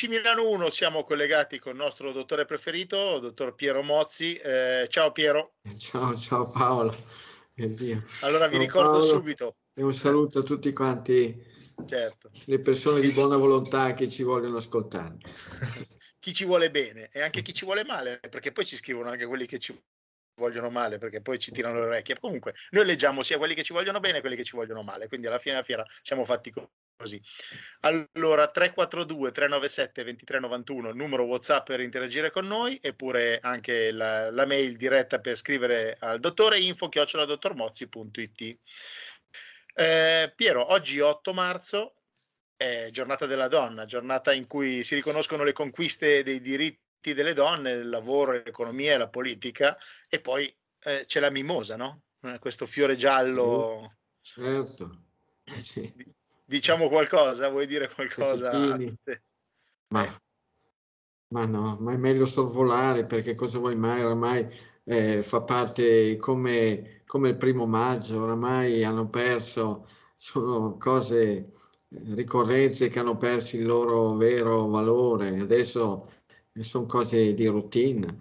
Amici Milano 1, siamo collegati con il nostro dottore preferito, dottor Piero Mozzi. Ciao Piero. Ciao Paolo. Allora vi Ciao ricordo Paolo subito, e un saluto a tutti quanti, certo, le persone di che buona volontà che ci vogliono ascoltare. chi ci vuole bene e anche chi ci vuole male, perché poi ci scrivono anche quelli che ci vogliono male, perché poi ci tirano le orecchie. Comunque, noi leggiamo sia quelli che ci vogliono bene che quelli che ci vogliono male, quindi alla fine della fiera siamo fatti così. Allora, 342 397 2391, il numero WhatsApp per interagire con noi, eppure anche la mail diretta per scrivere al dottore, info@dottormozzi.it. Piero, oggi 8 marzo è giornata della donna, giornata in cui si riconoscono le conquiste dei diritti delle donne, il lavoro, l'economia e la politica, e poi c'è la mimosa, no? Questo fiore giallo. Certo, sì. Diciamo qualcosa? Vuoi dire qualcosa a Sacchettini, tutte? ma, ma no, ma è meglio sorvolare, perché cosa vuoi mai, oramai fa parte come il 1° maggio, oramai hanno perso, sono cose, ricorrenze che hanno perso il loro vero valore, adesso sono cose di routine,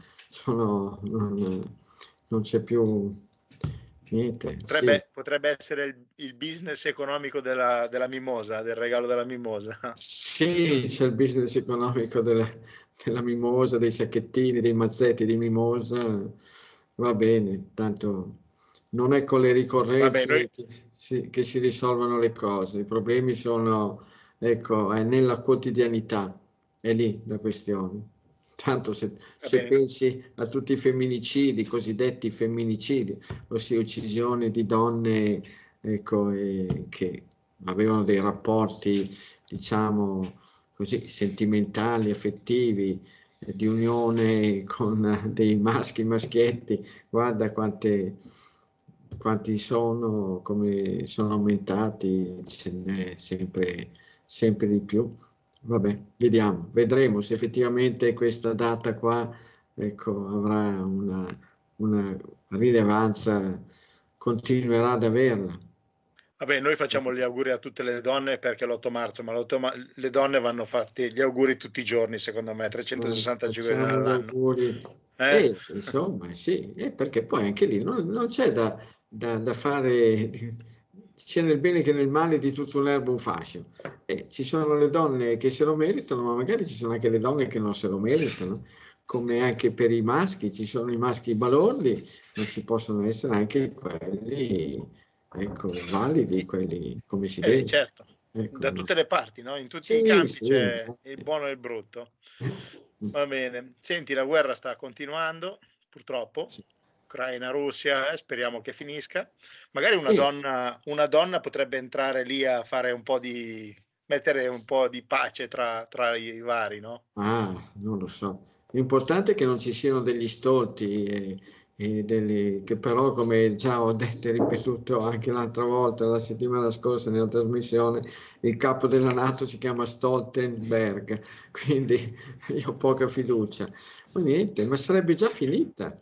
non c'è più niente, sì. Potrebbe essere il business economico della mimosa, del regalo della mimosa. Sì, c'è il business economico della mimosa, dei sacchettini, dei mazzetti di mimosa, va bene, tanto non è con le Vabbè, noi, ricorrenze che si risolvono le cose, i problemi sono, ecco, è nella quotidianità, è lì la questione. Tanto va se bene, pensi a tutti i femminicidi, i cosiddetti femminicidi, ossia uccisioni di donne, ecco, che avevano dei rapporti, diciamo così, sentimentali, affettivi, di unione con dei maschietti, guarda quanti sono, come sono aumentati, ce n'è sempre di più. Vabbè, vedremo se effettivamente questa data qua, ecco, avrà una rilevanza, continuerà ad averla. vabbè, noi facciamo gli auguri a tutte le donne perché l'8 marzo, ma le donne vanno fatti gli auguri tutti i giorni, secondo me, 365 giorni Facciamo gli all'anno. auguri Eh? e insomma sì, perché poi anche lì non c'è da fare sia nel bene che nel male di tutto l'erba un fascio. Ci sono le donne che se lo meritano, ma magari ci sono anche le donne che non se lo meritano, come anche per i maschi, ci sono i maschi balordi, ma ci possono essere anche quelli, ecco, validi, quelli come si deve. Certo, Ecco, da no. tutte le parti, no? In tutti i Sì, campi sì. c'è il buono e il brutto. Mm, Va bene. Senti, la guerra sta continuando, purtroppo. sì. Ucraina, Russia, speriamo che finisca. Magari E una donna potrebbe entrare lì a fare mettere un po' di pace tra i vari, no? Non lo so. L'importante è che non ci siano degli stolti che però, come già ho detto e ripetuto anche l'altra volta, la settimana scorsa nella trasmissione, il capo della NATO si chiama Stoltenberg, quindi io ho poca fiducia. Ma niente, ma sarebbe già finita.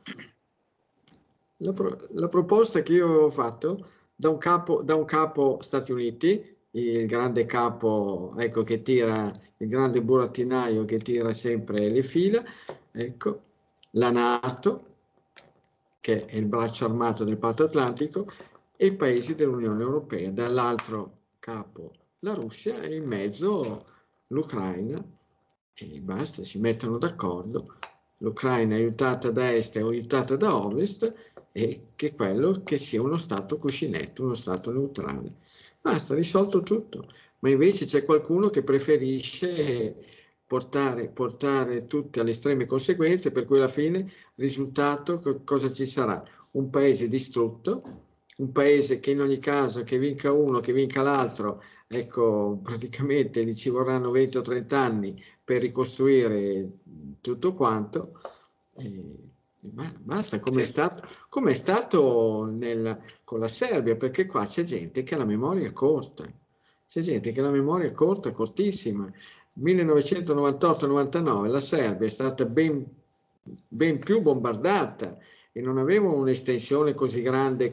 La proposta che io avevo fatto da un capo Stati Uniti, il grande capo, ecco, che tira, il grande burattinaio che tira sempre le fila, ecco, la NATO, che è il braccio armato del Patto Atlantico, e i paesi dell'Unione Europea, dall'altro capo la Russia e in mezzo l'Ucraina, e basta, si mettono d'accordo, l'Ucraina aiutata da est o aiutata da ovest, e che quello che sia uno stato cuscinetto, uno stato neutrale. Basta, risolto tutto. Ma invece c'è qualcuno che preferisce portare tutte alle estreme conseguenze, per cui alla fine risultato cosa ci sarà? Un paese distrutto, un paese che in ogni caso, che vinca uno, che vinca l'altro, ecco, praticamente gli ci vorranno 20 o 30 anni per ricostruire tutto quanto. Basta, Senti, come è stato con la Serbia, perché qua c'è gente che ha la memoria corta, c'è gente che ha la memoria corta, cortissima. 1998-99 la Serbia è stata ben più bombardata e non aveva un'estensione così grande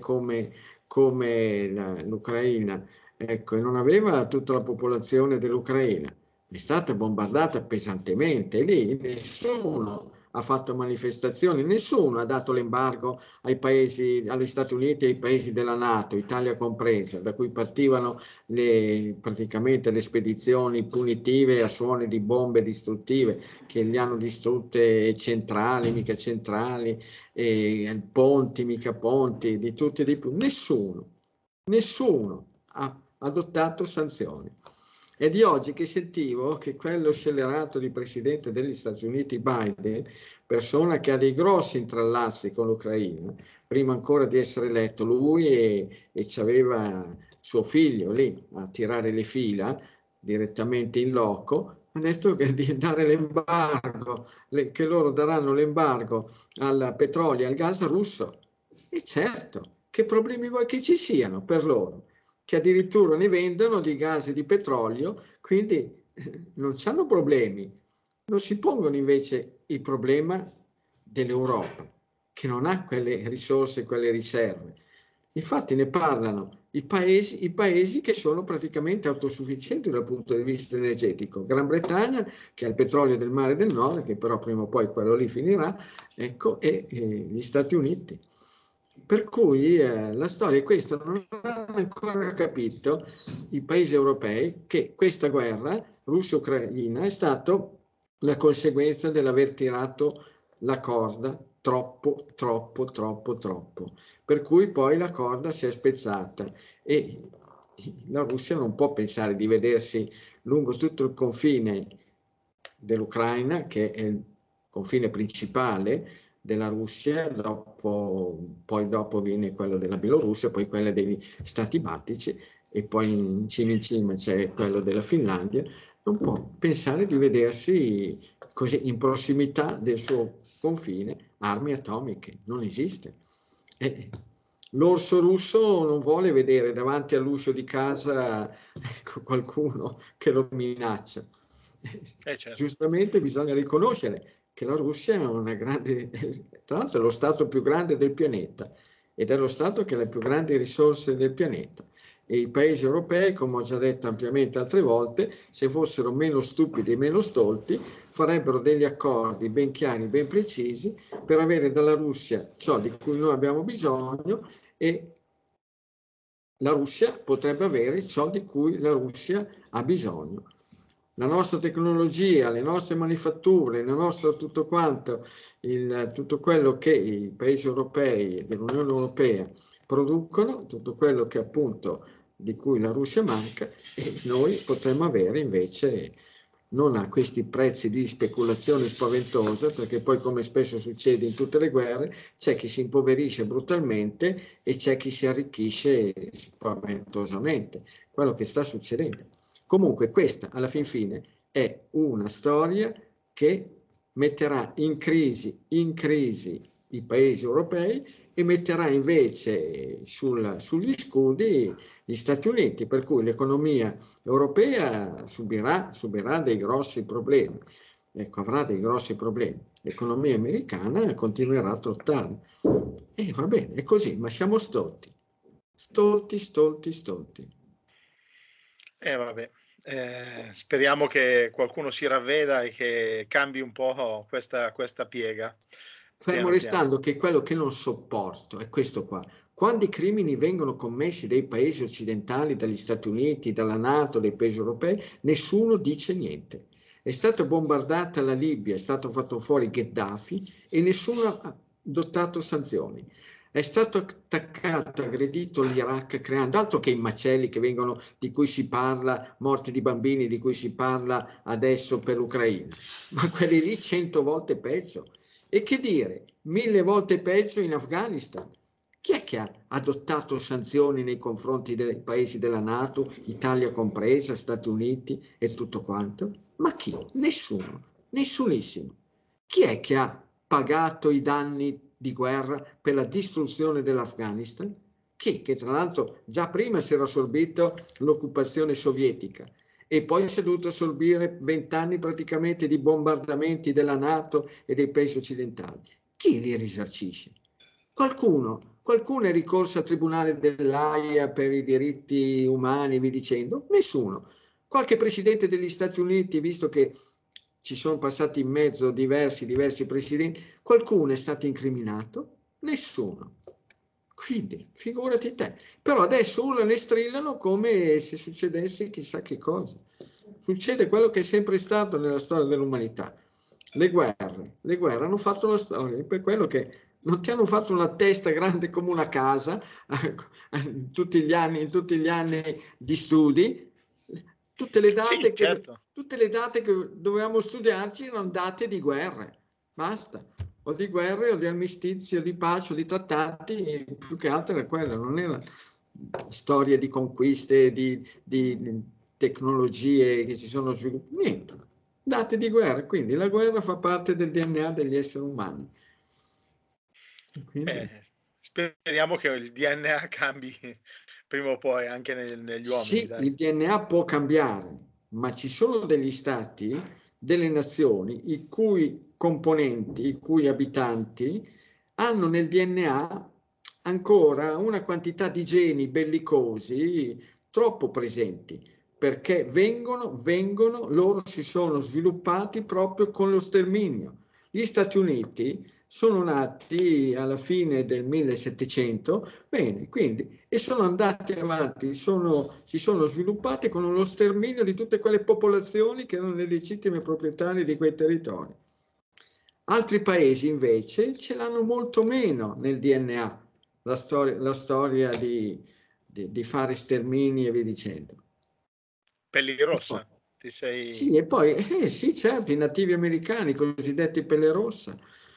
come l'Ucraina, ecco, e non aveva tutta la popolazione dell'Ucraina. è stata bombardata pesantemente. Lì nessuno ha fatto manifestazioni, nessuno ha dato l'embargo ai paesi, agli Stati Uniti e ai paesi della NATO, Italia compresa, da cui partivano praticamente le spedizioni punitive a suoni di bombe distruttive che li hanno distrutte centrali, mica centrali, ponti, mica ponti, di tutti e di più. Nessuno ha adottato sanzioni. È di oggi che sentivo che quello scellerato di presidente degli Stati Uniti, Biden, persona che ha dei grossi intrallazzi con l'Ucraina, prima ancora di essere eletto, lui e c'aveva suo figlio lì a tirare le fila direttamente in loco, ha detto che di dare l'embargo, che loro daranno l'embargo al petrolio e al gas russo. E certo, che problemi vuoi che ci siano per loro? Che addirittura ne vendono di gas e di petrolio, quindi non hanno problemi. Non si pongono invece il problema dell'Europa, che non ha quelle risorse, quelle riserve. Infatti ne parlano i paesi che sono praticamente autosufficienti dal punto di vista energetico. Gran Bretagna, che ha il petrolio del Mare del Nord, che però prima o poi quello lì finirà, ecco, e gli Stati Uniti. Per cui la storia è questa, non hanno ancora capito i paesi europei che questa guerra Russia-Ucraina è stata la conseguenza dell'aver tirato la corda troppo, per cui poi la corda si è spezzata e la Russia non può pensare di vedersi lungo tutto il confine dell'Ucraina, che è il confine principale della Russia, poi dopo viene quello della Bielorussia, poi quello degli Stati Baltici e poi in cima c'è quello della Finlandia. Non può pensare di vedersi così in prossimità del suo confine armi atomiche, non esiste. L'orso russo non vuole vedere davanti all'uscio di casa qualcuno che lo minaccia. Certo. Giustamente bisogna riconoscere che la Russia è una grande, tra l'altro è lo Stato più grande del pianeta ed è lo Stato che ha le più grandi risorse del pianeta. E i paesi europei, come ho già detto ampiamente altre volte, se fossero meno stupidi e meno stolti, farebbero degli accordi ben chiari, ben precisi, per avere dalla Russia ciò di cui noi abbiamo bisogno e la Russia potrebbe avere ciò di cui la Russia ha bisogno. La nostra tecnologia, le nostre manifatture, il nostro tutto quanto, tutto quello che i paesi europei dell'Unione Europea producono, tutto quello che appunto di cui la Russia manca, e noi potremmo avere invece non a questi prezzi di speculazione spaventosa, perché poi come spesso succede in tutte le guerre c'è chi si impoverisce brutalmente e c'è chi si arricchisce spaventosamente, quello che sta succedendo. Comunque questa alla fin fine è una storia che metterà in crisi i paesi europei e metterà invece sugli scudi gli Stati Uniti, per cui l'economia europea subirà dei grossi problemi, ecco, avrà dei grossi problemi. L'economia americana continuerà a trottare. E va bene, è così, ma siamo stolti. Stolti. Vabbè. Speriamo che qualcuno si ravveda e che cambi un po' questa piega. Fermo restando che quello che non sopporto è questo qua. Quando i crimini vengono commessi dai paesi occidentali, dagli Stati Uniti, dalla NATO, dai paesi europei, nessuno dice niente. È stata bombardata la Libia, è stato fatto fuori Gheddafi e nessuno ha adottato sanzioni. È stato attaccato, aggredito l'Iraq, creando altro che i macelli che vengono, di cui si parla, morti di bambini, di cui si parla adesso per l'Ucraina, ma quelli lì 100 volte peggio. E che dire, 1000 volte peggio in Afghanistan. Chi è che ha adottato sanzioni nei confronti dei paesi della NATO, Italia compresa, Stati Uniti e tutto quanto? Ma chi? Nessuno, nessunissimo. Chi è che ha pagato i danni di guerra per la distruzione dell'Afghanistan? Chi? Che tra l'altro già prima si era assorbito l'occupazione sovietica e poi si è dovuto assorbire 20 anni praticamente di bombardamenti della NATO e dei paesi occidentali. Chi li risarcisce? Qualcuno è ricorso al Tribunale dell'Aia per i diritti umani, vi dicendo? Nessuno. Qualche presidente degli Stati Uniti, visto che ci sono passati in mezzo diversi presidenti, qualcuno è stato incriminato? Nessuno. Quindi, figurati te. Però adesso urlano e strillano come se succedesse chissà che cosa. Succede quello che è sempre stato nella storia dell'umanità. Le guerre hanno fatto la storia, per quello che non ti hanno fatto una testa grande come una casa in tutti gli anni di studi. Tutte le Sì, date certo. che dovevamo studiarci erano date di guerre. Basta. O di guerre o di armistizio, di pace o di trattati, più che altro era quello, non era storie di conquiste, di tecnologie che si sono sviluppate, niente, date di guerra, quindi la guerra fa parte del DNA degli esseri umani. Quindi, Speriamo che il DNA cambi prima o poi anche negli uomini, sì, dai. il DNA può cambiare, ma ci sono degli stati, delle nazioni, i cui componenti, i cui abitanti hanno nel DNA ancora una quantità di geni bellicosi troppo presenti, perché loro si sono sviluppati proprio con lo sterminio. Gli Stati Uniti sono nati alla fine del 1700, bene, quindi, e sono andati avanti, si sono sviluppati con lo sterminio di tutte quelle popolazioni che erano le legittime proprietarie di quei territori. Altri paesi invece ce l'hanno molto meno nel DNA, la storia di fare stermini e via dicendo. Pelli E poi, rossa, ti sei... sì, e poi, sì, certo, i nativi americani, i cosiddetti pelle rossa.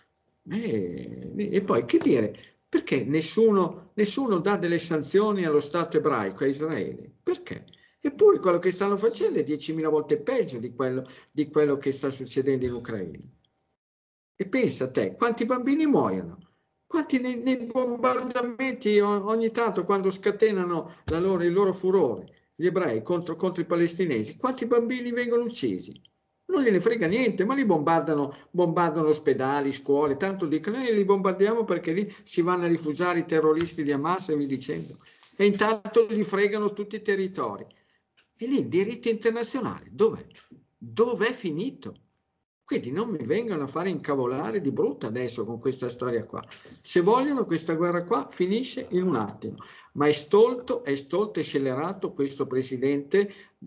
E poi, che dire, perché nessuno dà delle sanzioni allo Stato ebraico, a Israele? Perché? Eppure quello che stanno facendo è 10.000 volte peggio di quello che sta succedendo in Ucraina. E pensa a te, quanti bambini muoiono? Quanti nei bombardamenti ogni tanto quando scatenano il loro furore, gli ebrei contro i palestinesi, quanti bambini vengono uccisi? Non gliene frega niente, ma li bombardano ospedali, scuole, tanto dicono li bombardiamo perché lì si vanno a rifugiare i terroristi di Hamas e via dicendo. E intanto gli fregano tutti i territori. E lì il diritto internazionale dov'è? Dov'è finito? Quindi non mi vengano a fare incavolare di brutto adesso con questa storia qua. Se vogliono questa guerra qua finisce in un attimo, ma è stolto e scellerato questo presidente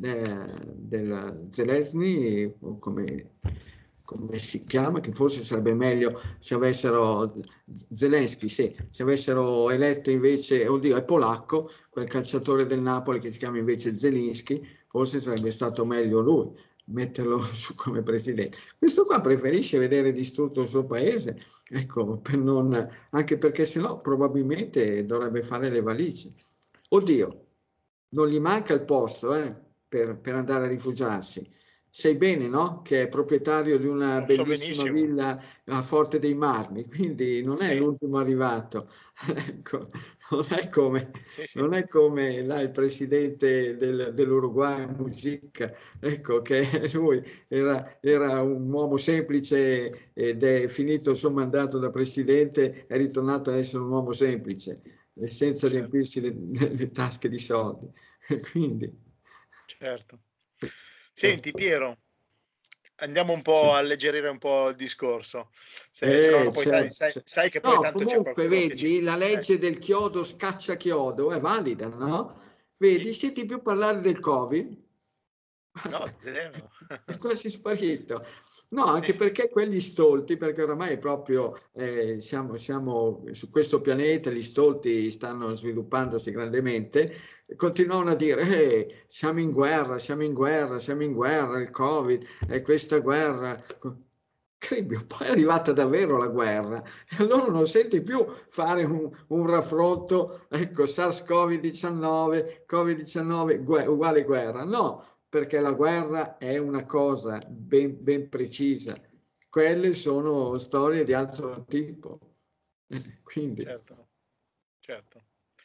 del Zelensky, come si chiama, che forse sarebbe meglio se avessero Zelensky, sì, se avessero eletto invece, oddio, è polacco, quel calciatore del Napoli che si chiama invece Zelinski, forse sarebbe stato meglio lui metterlo su come presidente. Questo qua preferisce vedere distrutto il suo paese, ecco, anche perché sennò probabilmente dovrebbe fare le valigie. Oddio, non gli manca il posto per andare a rifugiarsi. Sai bene, no? Che è proprietario di una Lo so bellissima benissimo. villa a Forte dei Marmi, quindi non è Sì, l'ultimo arrivato. Ecco, non è come, sì, sì. non è come là, il presidente dell'Uruguay, Mujica, ecco, che lui era un uomo semplice ed è finito il suo mandato da presidente, è ritornato ad essere un uomo semplice, senza Certo, riempirsi le tasche di soldi. Quindi, certo. Senti Piero, andiamo un po' sì. a alleggerire un po' il discorso, se no poi Certo, sai che poi no, tanto c'è comunque qualcuno che ci... vedi, la legge del chiodo scaccia chiodo è valida, no? Vedi, Sì? senti più parlare del Covid, No, zero. è quasi sparito. No, Sì, anche sì. perché quelli stolti, perché oramai proprio siamo su questo pianeta, gli stolti stanno sviluppandosi grandemente, continuano a dire siamo in guerra, siamo in guerra, siamo in guerra, il Covid, è questa guerra. Cribbio, poi è arrivata davvero la guerra e allora non senti più fare un raffronto, ecco, SARS-CoV-19, Covid-19 uguale guerra, no, perché la guerra è una cosa ben precisa, quelle sono storie di altro tipo. Quindi, Certo, certo.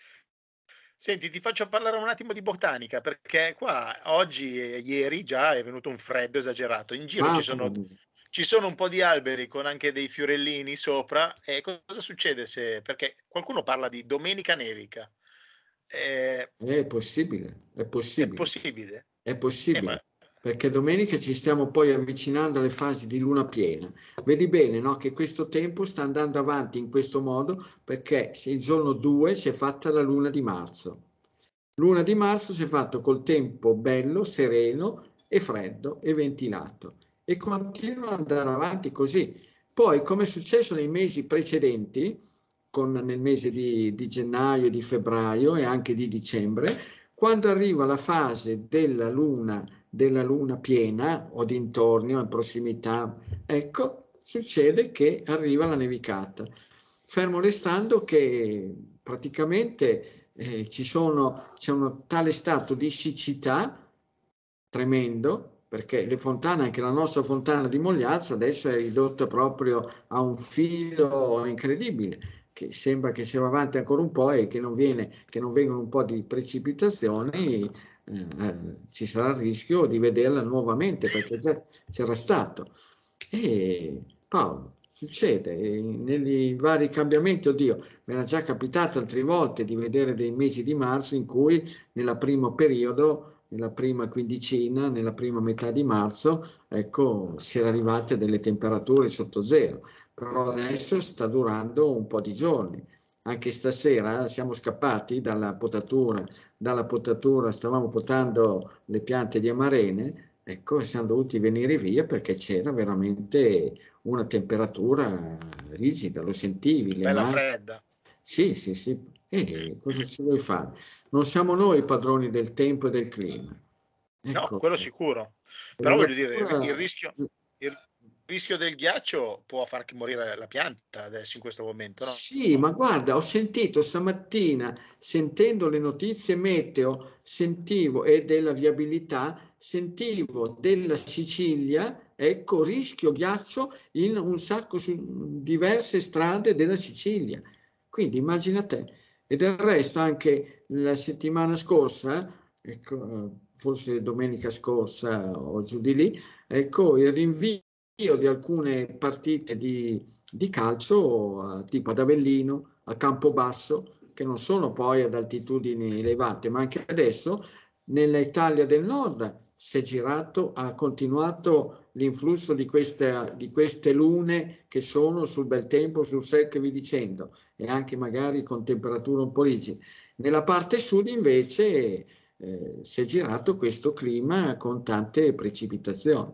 Senti, ti faccio parlare un attimo di botanica, perché qua oggi e ieri già è venuto un freddo esagerato. In giro mamma mia. ci sono un po' di alberi con anche dei fiorellini sopra. E cosa succede se... Perché qualcuno parla di domenica nevica. Eh, È possibile, è è possibile. possibile? è possibile, Ma perché domenica ci stiamo poi avvicinando alle fasi di luna piena. Vedi bene, no, che questo tempo sta andando avanti in questo modo, perché il giorno 2 si è fatta la luna di marzo. Luna di marzo si è fatto col tempo bello, sereno e freddo e ventilato, e continua ad andare avanti così. Poi, come è successo nei mesi precedenti, nel mese di gennaio, di febbraio e anche di dicembre, quando arriva la fase della luna piena o dintorni o in prossimità, ecco, succede che arriva la nevicata. Fermo restando che praticamente c'è un tale stato di siccità tremendo, perché le fontane, anche la nostra fontana di Mogliazzo adesso è ridotta proprio a un filo incredibile, che sembra che si va avanti ancora un po' e che non vengono un po' di precipitazioni, ci sarà il rischio di vederla nuovamente, perché già c'era stato. E Paolo, succede, negli vari cambiamenti, oddio, mi era già capitato altre volte di vedere dei mesi di marzo in cui nel primo periodo, nella prima quindicina, nella prima metà di marzo, ecco, si era arrivate a delle temperature sotto zero, però adesso sta durando un po' di giorni. Anche stasera siamo scappati dalla potatura, stavamo potando le piante di amarene, ecco, siamo dovuti venire via perché c'era veramente una temperatura rigida, lo sentivi, le bella mani. fredda. Sì, sì, sì. E cosa ci vuoi fare? Non siamo noi i padroni del tempo e del clima. No, Ecco, quello sicuro. la Però voglio dire, natura. il rischio del ghiaccio può far che morire la pianta adesso in questo momento, no? Sì, ma guarda, ho sentito stamattina, sentendo le notizie meteo, sentivo e della viabilità, sentivo della Sicilia, ecco, rischio ghiaccio in un sacco su diverse strade della Sicilia. Quindi immagina te. E del resto anche la settimana scorsa, ecco, forse domenica scorsa o giù di lì, ecco, il rinvio di alcune partite di calcio, tipo ad Avellino, a Campobasso, che non sono poi ad altitudini elevate, ma anche adesso nell'Italia del Nord si è girato, ha continuato l'influsso di queste lune che sono sul bel tempo, sul secco e via dicendo, e anche magari con temperature un po' rigide. Nella parte sud invece si è girato questo clima con tante precipitazioni.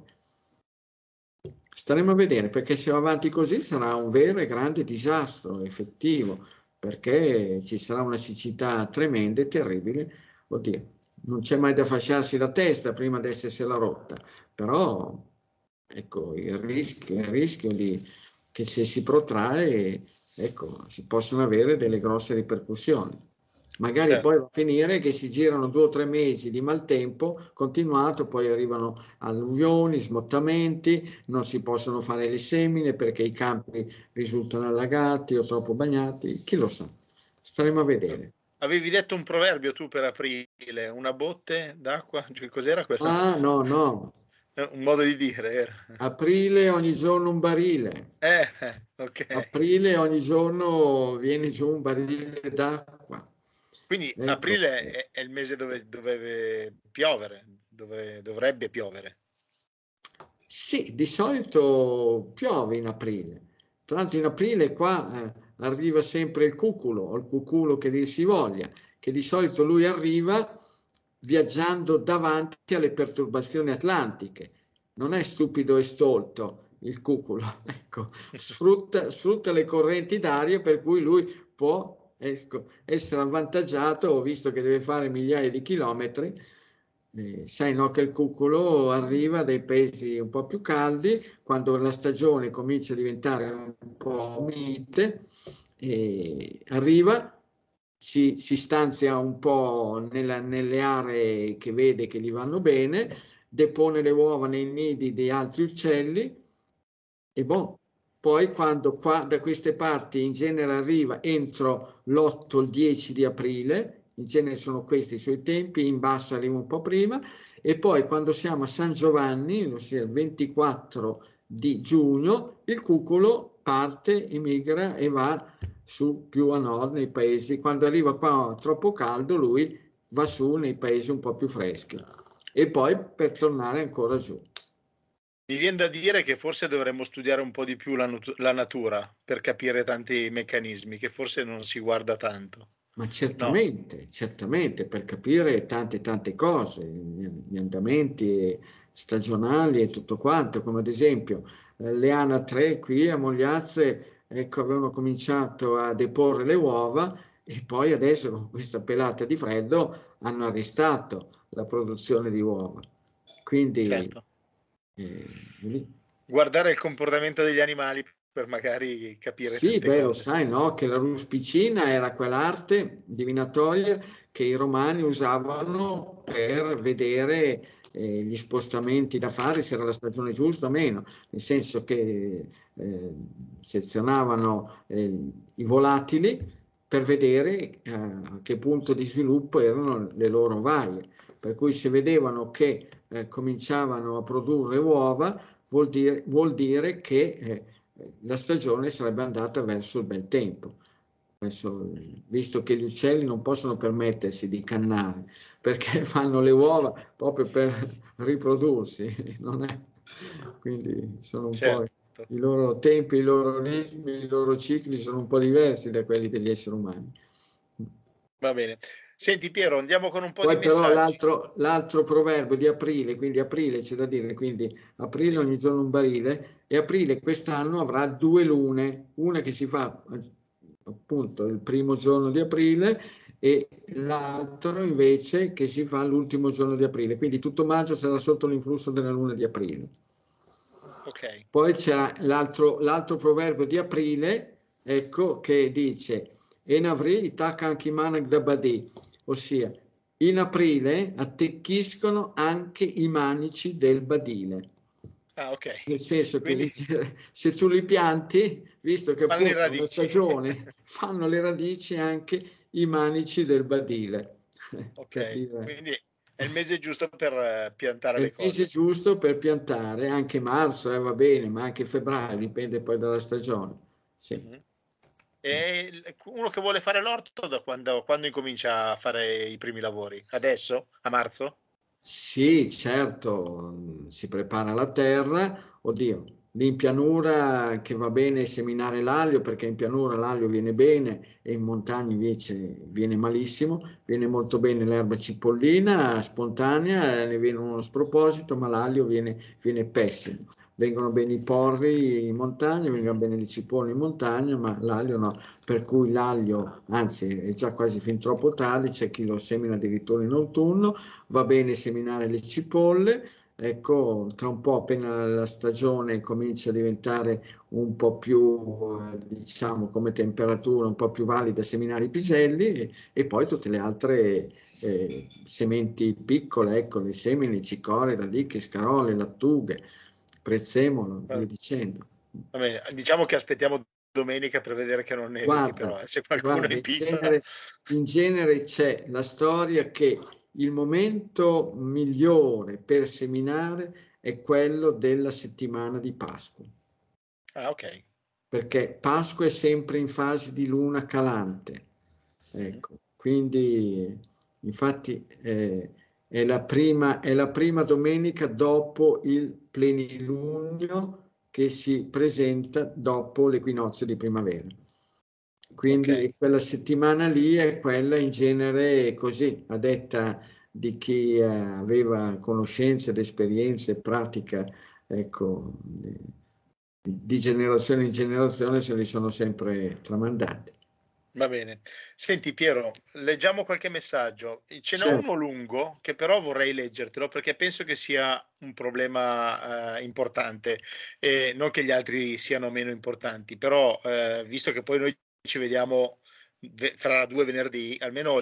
Staremo a vedere, perché se va avanti così sarà un vero e grande disastro effettivo, perché ci sarà una siccità tremenda e terribile. Oddio, non c'è mai da fasciarsi la testa prima di essersela rotta, però ecco, il rischio che se si protrae, ecco, si possono avere delle grosse ripercussioni. Magari poi Certo. va a finire che si girano 2 o 3 mesi di maltempo continuato, poi arrivano alluvioni, smottamenti, non si possono fare le semine perché i campi risultano allagati o troppo bagnati, chi lo sa. Staremo a vedere. Avevi detto un proverbio tu per aprile, una botte d'acqua, cioè cos'era quello? Ah, no, no. Un modo di dire era. Aprile ogni giorno un barile. Okay. Aprile ogni giorno viene giù un barile d'acqua. Quindi Ecco. aprile è il mese dove doveva piovere, dove dovrebbe piovere. Sì, di solito piove in aprile. Tra l'altro in aprile qua arriva sempre il cuculo, o il cuculo che dir si voglia, che di solito lui arriva viaggiando davanti alle perturbazioni atlantiche. Non è stupido e stolto il cuculo, ecco, sfrutta le correnti d'aria per cui lui può, ecco, essere avvantaggiato, visto che deve fare migliaia di chilometri. Sai, no, che il cuculo arriva dai paesi un po' più caldi, quando la stagione comincia a diventare un po' mite, arriva, si stanzia un po' nelle aree che vede che gli vanno bene, depone le uova nei nidi di altri uccelli e boh. Poi quando qua da queste parti in genere arriva entro l'8 o il 10 di aprile, in genere sono questi i suoi tempi, in basso arriva un po' prima, e poi quando siamo a San Giovanni, ossia il 24 di giugno, il cuculo parte, emigra e va su più a nord nei paesi. Quando arriva qua troppo caldo, lui va su nei paesi un po' più freschi. e poi per tornare ancora giù. Mi viene da dire che forse dovremmo studiare un po' di più la natura per capire tanti meccanismi che forse non si guarda tanto. Ma No, certamente, per capire tante cose, gli andamenti stagionali e tutto quanto, come ad esempio le anatre qui a Mogliazze, ecco, avevano cominciato a deporre le uova e poi adesso con questa pelata di freddo hanno arrestato la produzione di uova. Quindi certo. lì. Guardare il comportamento degli animali per magari capire Sì, tante beh, lo cose. sai, no? Che la ruspicina era quell'arte divinatoria che i romani usavano per vedere gli spostamenti da fare, se era la stagione giusta o meno, nel senso che sezionavano i volatili per vedere a che punto di sviluppo erano le loro vaie. Per cui se vedevano che cominciavano a produrre uova, vuol dire che la stagione sarebbe andata verso il bel tempo, visto che gli uccelli non possono permettersi di cannare perché fanno le uova proprio per riprodursi, non è? Quindi sono un po' Certo, i loro tempi, i loro ritmi, i loro cicli sono un po' diversi da quelli degli esseri umani. va bene. Senti Piero, andiamo con un po' di Poi però messaggi. l'altro proverbio di aprile, quindi aprile c'è da dire, quindi aprile Sì. ogni giorno un barile, e aprile quest'anno avrà 2 lune, una che si fa appunto il primo giorno di aprile e l'altro invece che si fa l'ultimo giorno di aprile, quindi tutto maggio sarà sotto l'influsso della luna di aprile. Ok. Poi c'era l'altro proverbio di aprile, ecco, che dice En avril tacan chimanek da badì, ossia in aprile attecchiscono anche i manici del badile. Ah, ok. Nel senso che Quindi se tu li pianti, visto che fanno le appunto è una radici. stagione, fanno le radici anche i manici del badile. Per Ok, dire. quindi è il mese giusto per piantare È le il mese cose. giusto per piantare, anche marzo, va bene, ma anche febbraio, dipende poi dalla stagione. Sì. Mhm. E uno che vuole fare l'orto da quando incomincia a fare i primi lavori? Adesso? A marzo? Sì, certo, si prepara la terra. Oddio, lì in pianura che va bene seminare l'aglio perché in pianura l'aglio viene bene e in montagna invece viene malissimo. Viene molto bene l'erba cipollina spontanea, ne viene uno sproposito, ma l'aglio viene pessimo. Vengono bene i porri in montagna, vengono bene le cipolle in montagna, ma l'aglio no. Per cui l'aglio, anzi, è già quasi fin troppo tardi, c'è chi lo semina addirittura in autunno. Va bene seminare le cipolle, ecco, tra un po' appena la stagione comincia a diventare un po' più, diciamo, come temperatura, un po' più valida, seminare i piselli e poi tutte le altre sementi piccole, ecco, le semini, cicorie, radicchi, scarole, lattughe, prezzemolo, Va via dicendo. bene, diciamo che aspettiamo domenica per vedere che non nevichi, Guarda, però se qualcuno è guarda, in in pista. genere, in genere c'è la storia che il momento migliore per seminare è quello della settimana di Pasqua, Ah, ok. perché Pasqua è sempre in fase di luna calante. Mhm. Ecco, quindi infatti è la prima domenica dopo il plenilunio che si presenta dopo l'equinozio di primavera. Ok. Quindi quella settimana lì è quella in genere così, a detta di chi aveva conoscenze ed esperienze e pratica, ecco, di generazione in generazione se li sono sempre tramandati. Va bene. Senti Piero, leggiamo qualche messaggio. Ce n'è Certo, uno lungo che però vorrei leggertelo perché penso che sia un problema importante. Non che gli altri siano meno importanti, però visto che poi noi ci vediamo fra 2 venerdì, almeno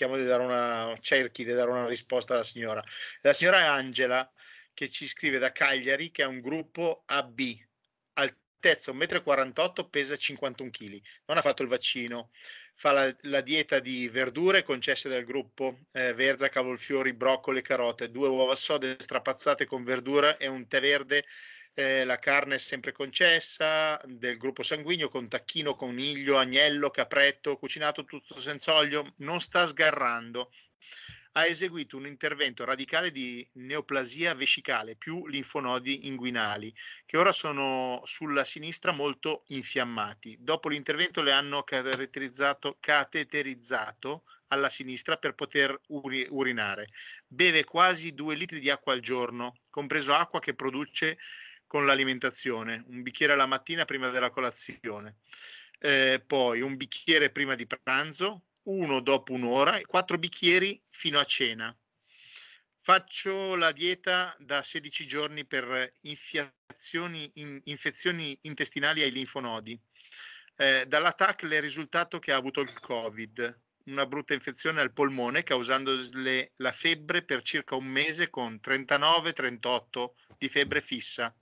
cerchi di dare una risposta alla signora. La signora Angela che ci scrive da Cagliari che ha un gruppo AB, altezza 1,48 m, pesa 51 kg, non ha fatto il vaccino, fa la dieta di verdure concesse dal gruppo, verza, cavolfiori, broccoli, carote, 2 uova sode strapazzate con verdura e un tè verde. La carne è sempre concessa, del gruppo sanguigno con tacchino, coniglio, agnello, capretto, cucinato tutto senza olio, non sta sgarrando. ha eseguito un intervento radicale di neoplasia vescicale più linfonodi inguinali, che ora sono sulla sinistra molto infiammati. Dopo l'intervento le hanno cateterizzato alla sinistra per poter urinare. Beve quasi 2 litri di acqua al giorno, compreso acqua che produce con l'alimentazione, un bicchiere alla mattina prima della colazione, poi un bicchiere prima di pranzo, uno dopo un'ora e 4 bicchieri fino a cena. Faccio la dieta da 16 giorni per infezioni intestinali ai linfonodi. Dalla TAC le è risultato che ha avuto il Covid, una brutta infezione al polmone causandole la febbre per circa un mese con 39-38 di febbre fissa.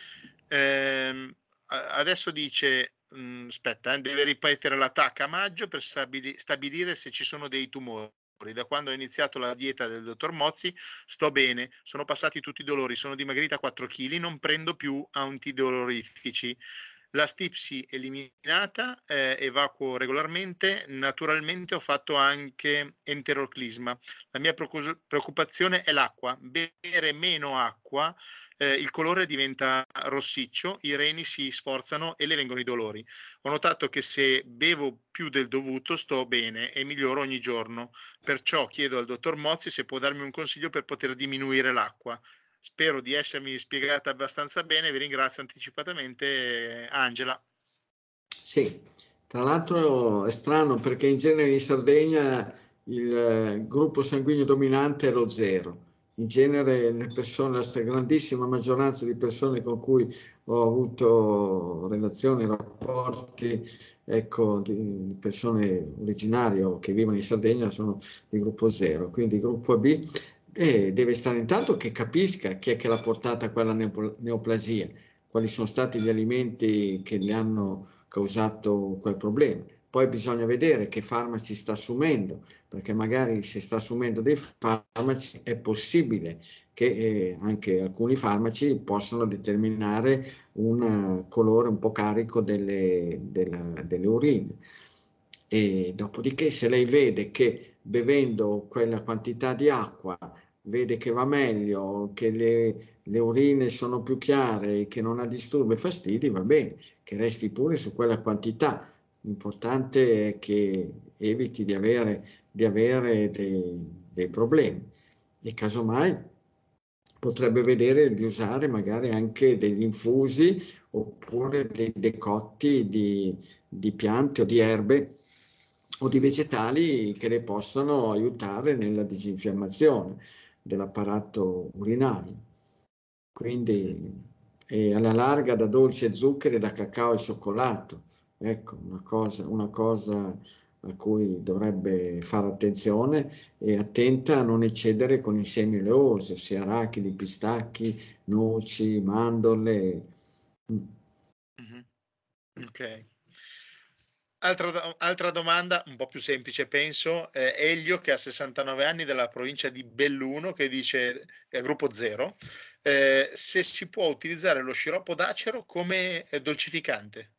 Adesso dice, aspetta, deve ripetere la TAC a maggio per stabilire se ci sono dei tumori. Da quando ho iniziato la dieta del dottor Mozzi sto bene, sono passati tutti i dolori, sono dimagrita 4 kg, non prendo più antidolorifici. La stipsi eliminata, evacuo regolarmente, naturalmente ho fatto anche enteroclisma. La mia preoccupazione è l'acqua, bere meno acqua, il colore diventa rossiccio, i reni si sforzano e le vengono i dolori. Ho notato che se bevo più del dovuto sto bene e miglioro ogni giorno, perciò chiedo al dottor Mozzi se può darmi un consiglio per poter diminuire l'acqua. Spero di essermi spiegata abbastanza bene, vi ringrazio anticipatamente, Angela. Sì, tra l'altro è strano perché in genere in Sardegna il gruppo sanguigno dominante è lo 0. In genere le persone, la stragrandissima maggioranza di persone con cui ho avuto relazioni, rapporti, ecco, di persone originarie o che vivono in Sardegna sono di gruppo 0, quindi gruppo AB deve stare intanto che capisca chi è che l'ha portata a quella neoplasia, quali sono stati gli alimenti che gli hanno causato quel problema. Poi bisogna vedere che farmaci sta assumendo, perché magari se sta assumendo dei farmaci è possibile che anche alcuni farmaci possano determinare un colore un po' carico delle urine. E dopodiché se lei vede che bevendo quella quantità di acqua vede che va meglio, che le urine sono più chiare, che non ha disturbi e fastidi, va bene, che resti pure su quella quantità. L'importante è che eviti di avere dei problemi. E casomai potrebbe vedere di usare magari anche degli infusi oppure dei decotti di piante o di erbe o di vegetali che le possono aiutare nella disinfiammazione dell'apparato urinario. Quindi alla larga da dolci e zuccheri, da cacao e cioccolato. Ecco, una cosa a cui dovrebbe fare attenzione e attenta a non eccedere con i semi oleosi, ossia arachidi, pistacchi, noci, mandorle. Mm-hmm. Ok. Altra domanda, un po' più semplice, penso. Elio, che ha 69 anni, della provincia di Belluno, che dice, gruppo 0, se si può utilizzare lo sciroppo d'acero come dolcificante.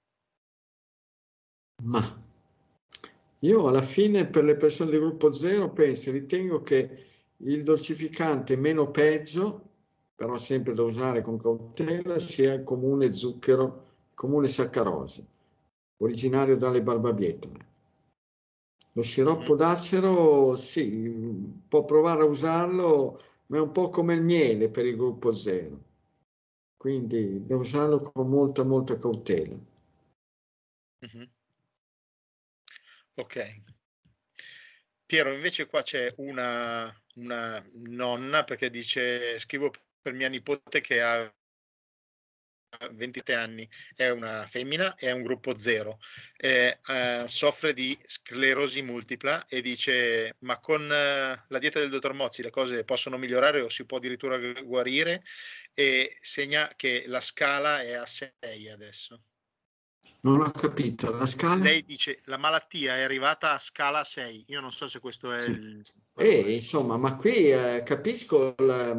Ma io alla fine per le persone del gruppo 0 ritengo che il dolcificante meno peggio, però sempre da usare con cautela, sia il comune zucchero, comune saccarose, originario dalle barbabietole. Lo sciroppo d'acero, sì, può provare a usarlo, ma è un po' come il miele per il gruppo 0. Quindi devo usarlo con molta, molta cautela. Ok. Piero, invece qua c'è una nonna, perché dice, scrivo per mia nipote che ha 27 anni, è una femmina, è un gruppo 0, soffre di sclerosi multipla e dice, ma con la dieta del dottor Mozzi le cose possono migliorare o si può addirittura guarire, e segna che la scala è a 6 adesso. Non ho capito, la scala? Lei dice la malattia è arrivata a scala 6. Io non so se questo è Sì. il valore. Insomma, ma qui capisco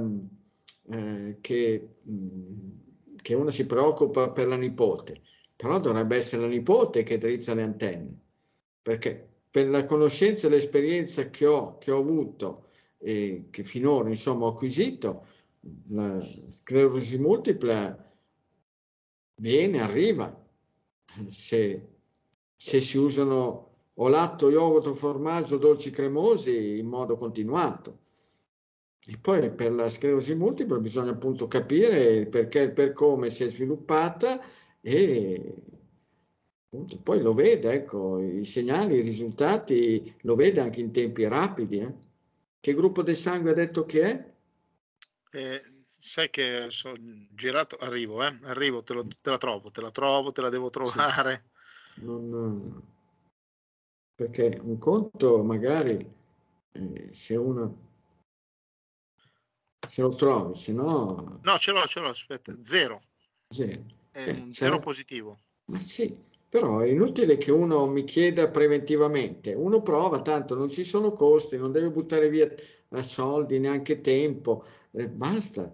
che uno si preoccupa per la nipote, però dovrebbe essere la nipote che drizza le antenne, perché per la conoscenza e l'esperienza che ho avuto che finora insomma ho acquisito, la sclerosi multipla arriva se si usano o latte, yogurt o formaggio, dolci cremosi in modo continuato. E poi per la sclerosi multipla bisogna appunto capire il perché e il per come si è sviluppata e appunto poi lo vede, ecco, i segnali, i risultati, lo vede anche in tempi rapidi. Che gruppo del sangue ha detto che è? Sai che sono girato, arrivo, te la trovo, te la devo Sì, trovare. non, perché un conto magari se uno se lo trovi, se no No, ce l'ho, aspetta, zero, sì, è un zero certo. positivo. Ma sì, però è inutile che uno mi chieda preventivamente. Uno prova, tanto non ci sono costi, non deve buttare via soldi, neanche tempo, basta.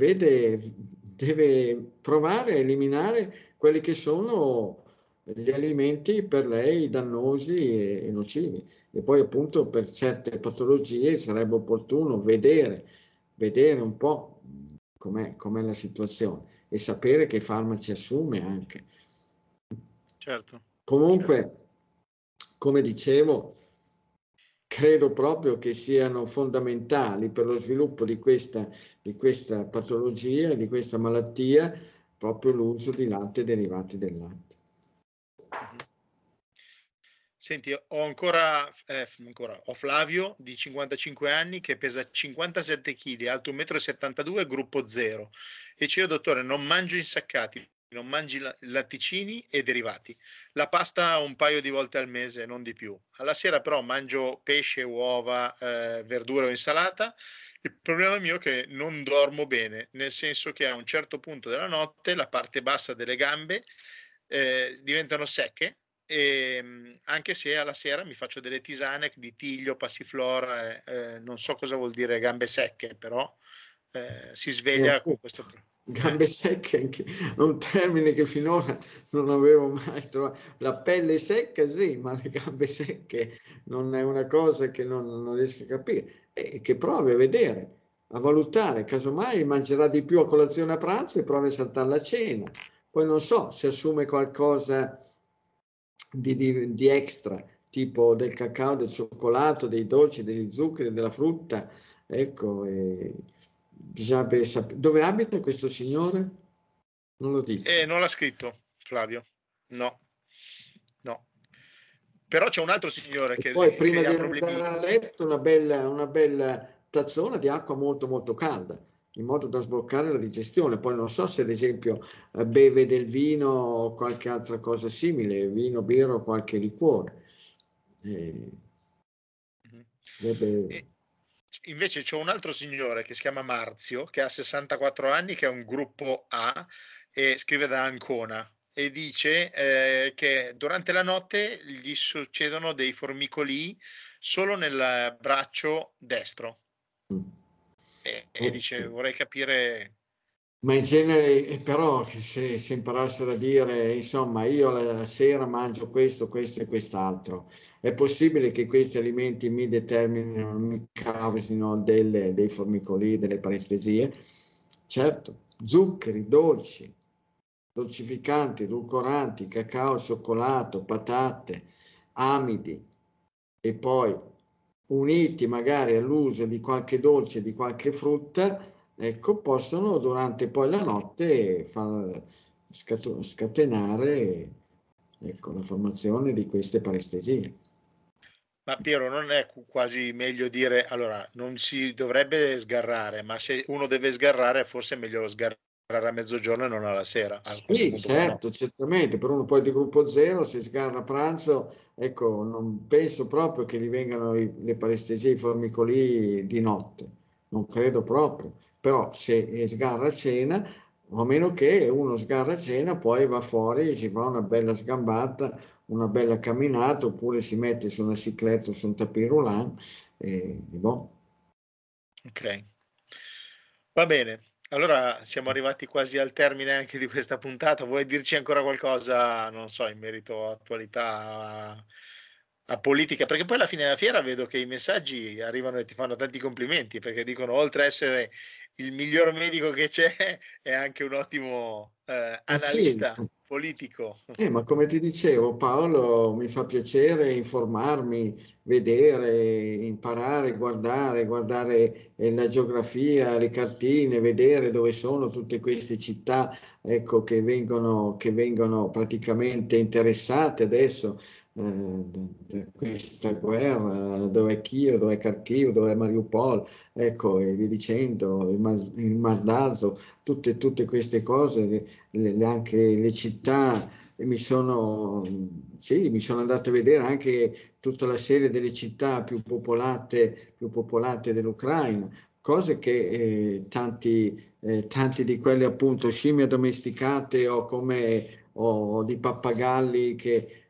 Deve provare a eliminare quelli che sono gli alimenti per lei dannosi e nocivi. E poi appunto per certe patologie sarebbe opportuno vedere un po' com'è la situazione e sapere che farmaci assume anche. Certo, certo. Comunque, come dicevo, credo proprio che siano fondamentali per lo sviluppo di questa patologia, di questa malattia, proprio l'uso di latte e derivati del latte. Mhm. Senti, ho Flavio di 55 anni che pesa 57 kg, alto 1,72 m, gruppo 0. E dice: io dottore, non mangio insaccati, non mangi latticini e derivati. La pasta un paio di volte al mese, non di più. Alla sera però mangio pesce, uova, verdura o insalata. Il problema mio è che non dormo bene, nel senso che a un certo punto della notte la parte bassa delle gambe diventano secche e anche se alla sera mi faccio delle tisane di tiglio, passiflora, non so cosa vuol dire gambe secche, però si sveglia con questo. Gambe secche anche, è un termine che finora non avevo mai trovato. La pelle secca sì, ma le gambe secche non è una cosa che non riesco a capire. E che provi a vedere, a valutare, casomai mangerà di più a colazione a pranzo e provi a saltare la cena. Poi non so se assume qualcosa di extra, tipo del cacao, del cioccolato, dei dolci, degli zuccheri, della frutta. Ecco, bisogna sapere. Dove abita questo signore? Non lo dice. Non l'ha scritto Flavio, no, no. Però c'è un altro signore E poi prima che di ha andare problemi. a letto una bella tazzona di acqua molto molto calda, in modo da sbloccare la digestione. Poi non so se ad esempio beve del vino o qualche altra cosa simile, vino, birra o qualche liquore. Eh, Mhm. dovrebbe- E invece c'è un altro signore che si chiama Marzio, che ha 64 anni, che è un gruppo A e scrive da Ancona e dice che durante la notte gli succedono dei formicoli solo nel braccio destro e dice sì. vorrei capire. Ma in genere, però, se imparassero a dire, insomma, io la sera mangio questo, questo e quest'altro, è possibile che questi alimenti mi determinino, mi causino dei formicoli, delle parestesie? Certo, zuccheri, dolci, dolcificanti, edulcoranti, cacao, cioccolato, patate, amidi e poi uniti magari all'uso di qualche dolce, di qualche frutta, ecco, possono durante poi la notte far scatenare, ecco, la formazione di queste parestesie. Ma Piero, non è quasi meglio dire, allora, non si dovrebbe sgarrare, ma se uno deve sgarrare, forse è meglio sgarrare a mezzogiorno e non alla sera. A questo Sì, punto qua no. certo, certamente, per uno poi di gruppo zero, se sgarra a pranzo, ecco, non penso proprio che gli vengano le parestesie, i formicoli di notte, non credo proprio, però se sgarra a cena, a meno che uno sgarra a cena, poi va fuori, si fa una bella sgambata, una bella camminata, oppure si mette su una cicletta o su un tapis roulant, e boh. Ok. Va bene. Allora siamo arrivati quasi al termine anche di questa puntata. Vuoi dirci ancora qualcosa, non so, in merito a attualità, a politica, perché poi alla fine della fiera vedo che i messaggi arrivano e ti fanno tanti complimenti, perché dicono oltre a essere il miglior medico che c'è, è anche un ottimo Sì. analista politico. Ma come ti dicevo, Paolo, mi fa piacere informarmi, vedere, imparare, guardare la geografia, le cartine, vedere dove sono tutte queste città, ecco, che vengono praticamente interessate adesso da questa guerra, dove è Kiev, dove è Kharkiv, dove è Mariupol, ecco, e via dicendo, il Mar d'Azov, tutte queste cose, anche le città. E sì, mi sono andato a vedere anche tutta la serie delle città più popolate dell'Ucraina, cose che tanti di quelle appunto scimmie domesticate o di pappagalli che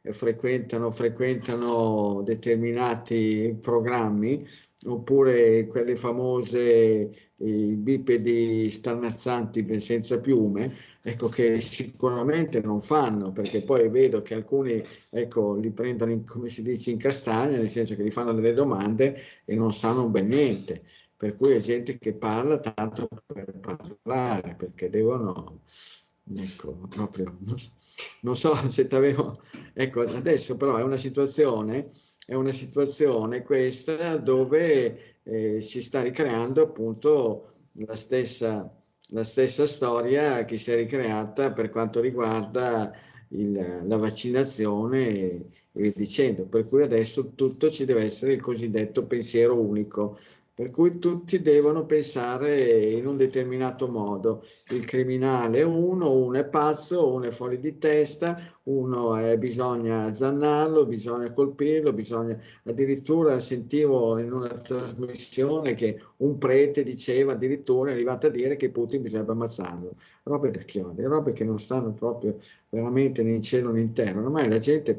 frequentano determinati programmi, oppure quelle famose bipedi starnazzanti senza piume, ecco, che sicuramente non fanno, perché poi vedo che alcuni, ecco, li prendono come si dice in castagna, nel senso che gli fanno delle domande e non sanno ben niente, per cui è gente che parla tanto per parlare, perché devono, ecco, proprio, non so se t'avevo, ecco, adesso però è una situazione questa dove si sta ricreando appunto la stessa storia che si è ricreata per quanto riguarda la vaccinazione e via dicendo. Per cui adesso tutto ci deve essere il cosiddetto pensiero unico, per cui tutti devono pensare in un determinato modo. Il criminale è uno è pazzo, uno è fuori di testa, bisogna azzannarlo, bisogna colpirlo, addirittura sentivo in una trasmissione che un prete diceva, addirittura è arrivato a dire che Putin bisognerebbe ammazzarlo. Robe da chiodi, robe che non stanno proprio veramente né in cielo né in terra. Ormai la gente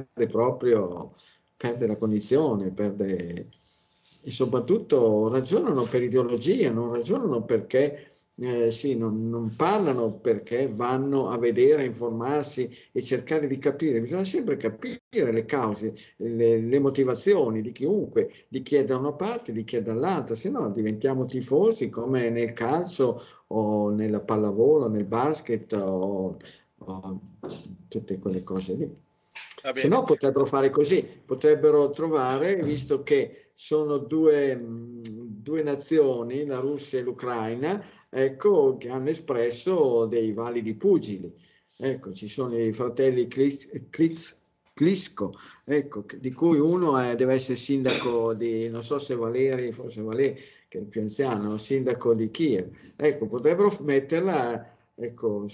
perde la cognizione, e soprattutto ragionano per ideologia, non ragionano perché sì, non parlano perché vanno a vedere, a informarsi e cercare di capire. Bisogna sempre capire le cause, le motivazioni di chiunque, di chi è da una parte, di chi è dall'altra, se no diventiamo tifosi come nel calcio o nella pallavolo, nel basket o tutte quelle cose lì. Va Se bene. no potrebbero fare così, potrebbero trovare, visto che sono due nazioni, la Russia e l'Ucraina, ecco, che hanno espresso dei validi pugili. Ecco, ci sono i fratelli Klitschko, ecco, di cui uno deve essere sindaco di, non so se Valeri, forse Valeri, che è il più anziano, sindaco di Kiev. Ecco, potrebbero metterla, ecco,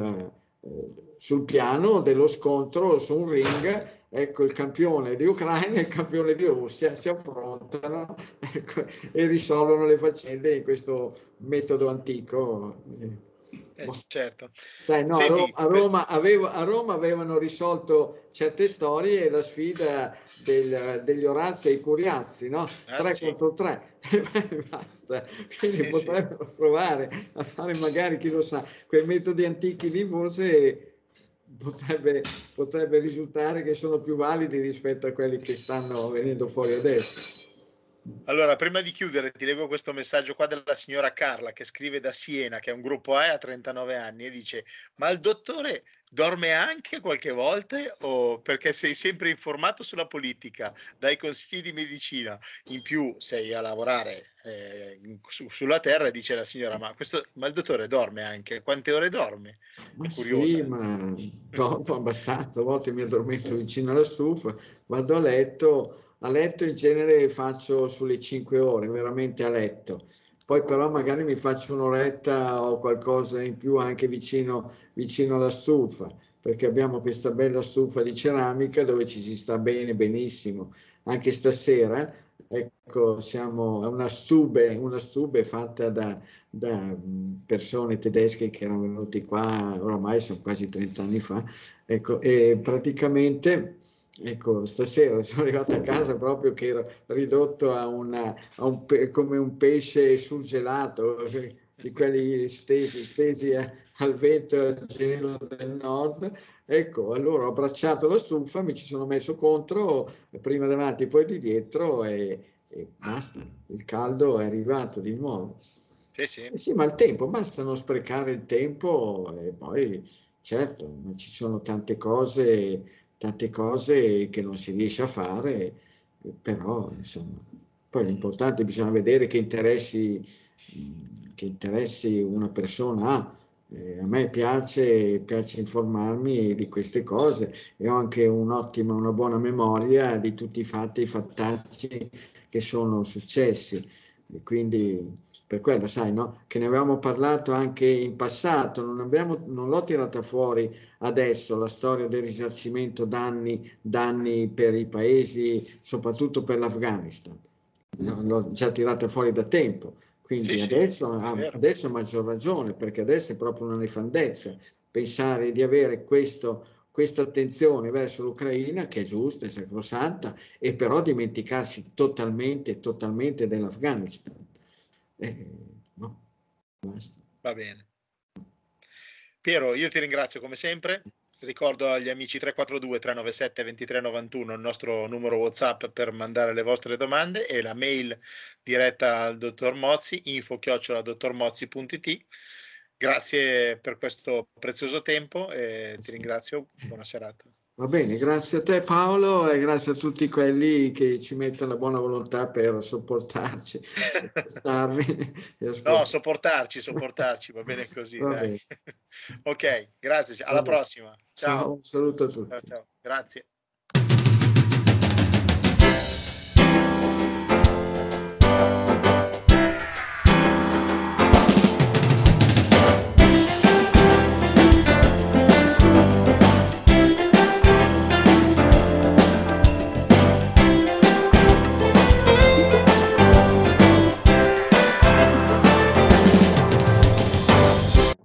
sul piano dello scontro, su un ring, ecco, il campione di Ucraina e il campione di Russia si affrontano, ecco, e risolvono le faccende in questo metodo antico. Certo. Sai, no, Senti, a Roma avevano risolto certe storie, la sfida degli Orazzi e i Curiazzi, no? Tre sì, contro tre, basta. Quindi sì, sì. potrebbero provare a fare magari, chi lo sa, quei metodi antichi lì forse potrebbe risultare che sono più validi rispetto a quelli che stanno venendo fuori adesso. Allora, prima di chiudere, ti leggo questo messaggio qua della signora Carla che scrive da Siena, che è un gruppo A e ha 39 anni, e dice: Ma il dottore dorme anche qualche volta? O perché sei sempre informato sulla politica, dai consigli di medicina, in più sei a lavorare sulla terra, dice la signora: ma il dottore dorme anche? Quante ore dorme? È Ma sì, curiosa. ma dopo abbastanza, a volte mi addormento vicino alla stufa, vado a letto in genere faccio sulle 5 ore, veramente a letto. Poi però magari mi faccio un'oretta o qualcosa in più anche vicino alla stufa, perché abbiamo questa bella stufa di ceramica dove ci si sta bene, benissimo. Anche stasera, ecco, è una stube fatta da persone tedesche che erano venuti qua, oramai sono quasi 30 anni fa, ecco, e praticamente, ecco, stasera sono arrivato a casa proprio che ero ridotto come un pesce surgelato, di quelli stesi al vento e al gelo del nord. Ecco, allora ho abbracciato la stufa, mi ci sono messo contro, prima davanti poi di dietro e basta, il caldo è arrivato di nuovo. Sì, sì. Sì, ma il tempo, basta non sprecare il tempo e poi certo, ci sono tante cose che non si riesce a fare, però insomma, poi l'importante bisogna vedere che interessi una persona ha. A me piace informarmi di queste cose e ho anche una buona memoria di tutti i fatti, i fattacci che sono successi. E quindi per quello, sai, no? Che ne avevamo parlato anche in passato, non l'ho tirata fuori adesso la storia del risarcimento danni per i paesi, soprattutto per l'Afghanistan. L'ho già tirata fuori da tempo. Quindi Sì, sì, è vero. adesso ha maggior ragione, perché adesso è proprio una nefandezza pensare di avere questa attenzione verso l'Ucraina, che è giusta, è sacrosanta, e però dimenticarsi totalmente dell'Afghanistan. No, basta. Va bene. Piero, io ti ringrazio come sempre. Ricordo agli amici 342 397 2391 il nostro numero WhatsApp per mandare le vostre domande e la mail diretta al dottor Mozzi, info@dottormozzi.it. Grazie per questo prezioso tempo e ti ringrazio. Buona serata. Va bene, grazie a te Paolo e grazie a tutti quelli che ci mettono la buona volontà per sopportarmi e No, ascoltarmi. sopportarci, va bene così, Va dai. bene, Ok, grazie, va alla bene. prossima. Ciao, Ciao. un saluto a Ciao, tutti. ciao. Grazie.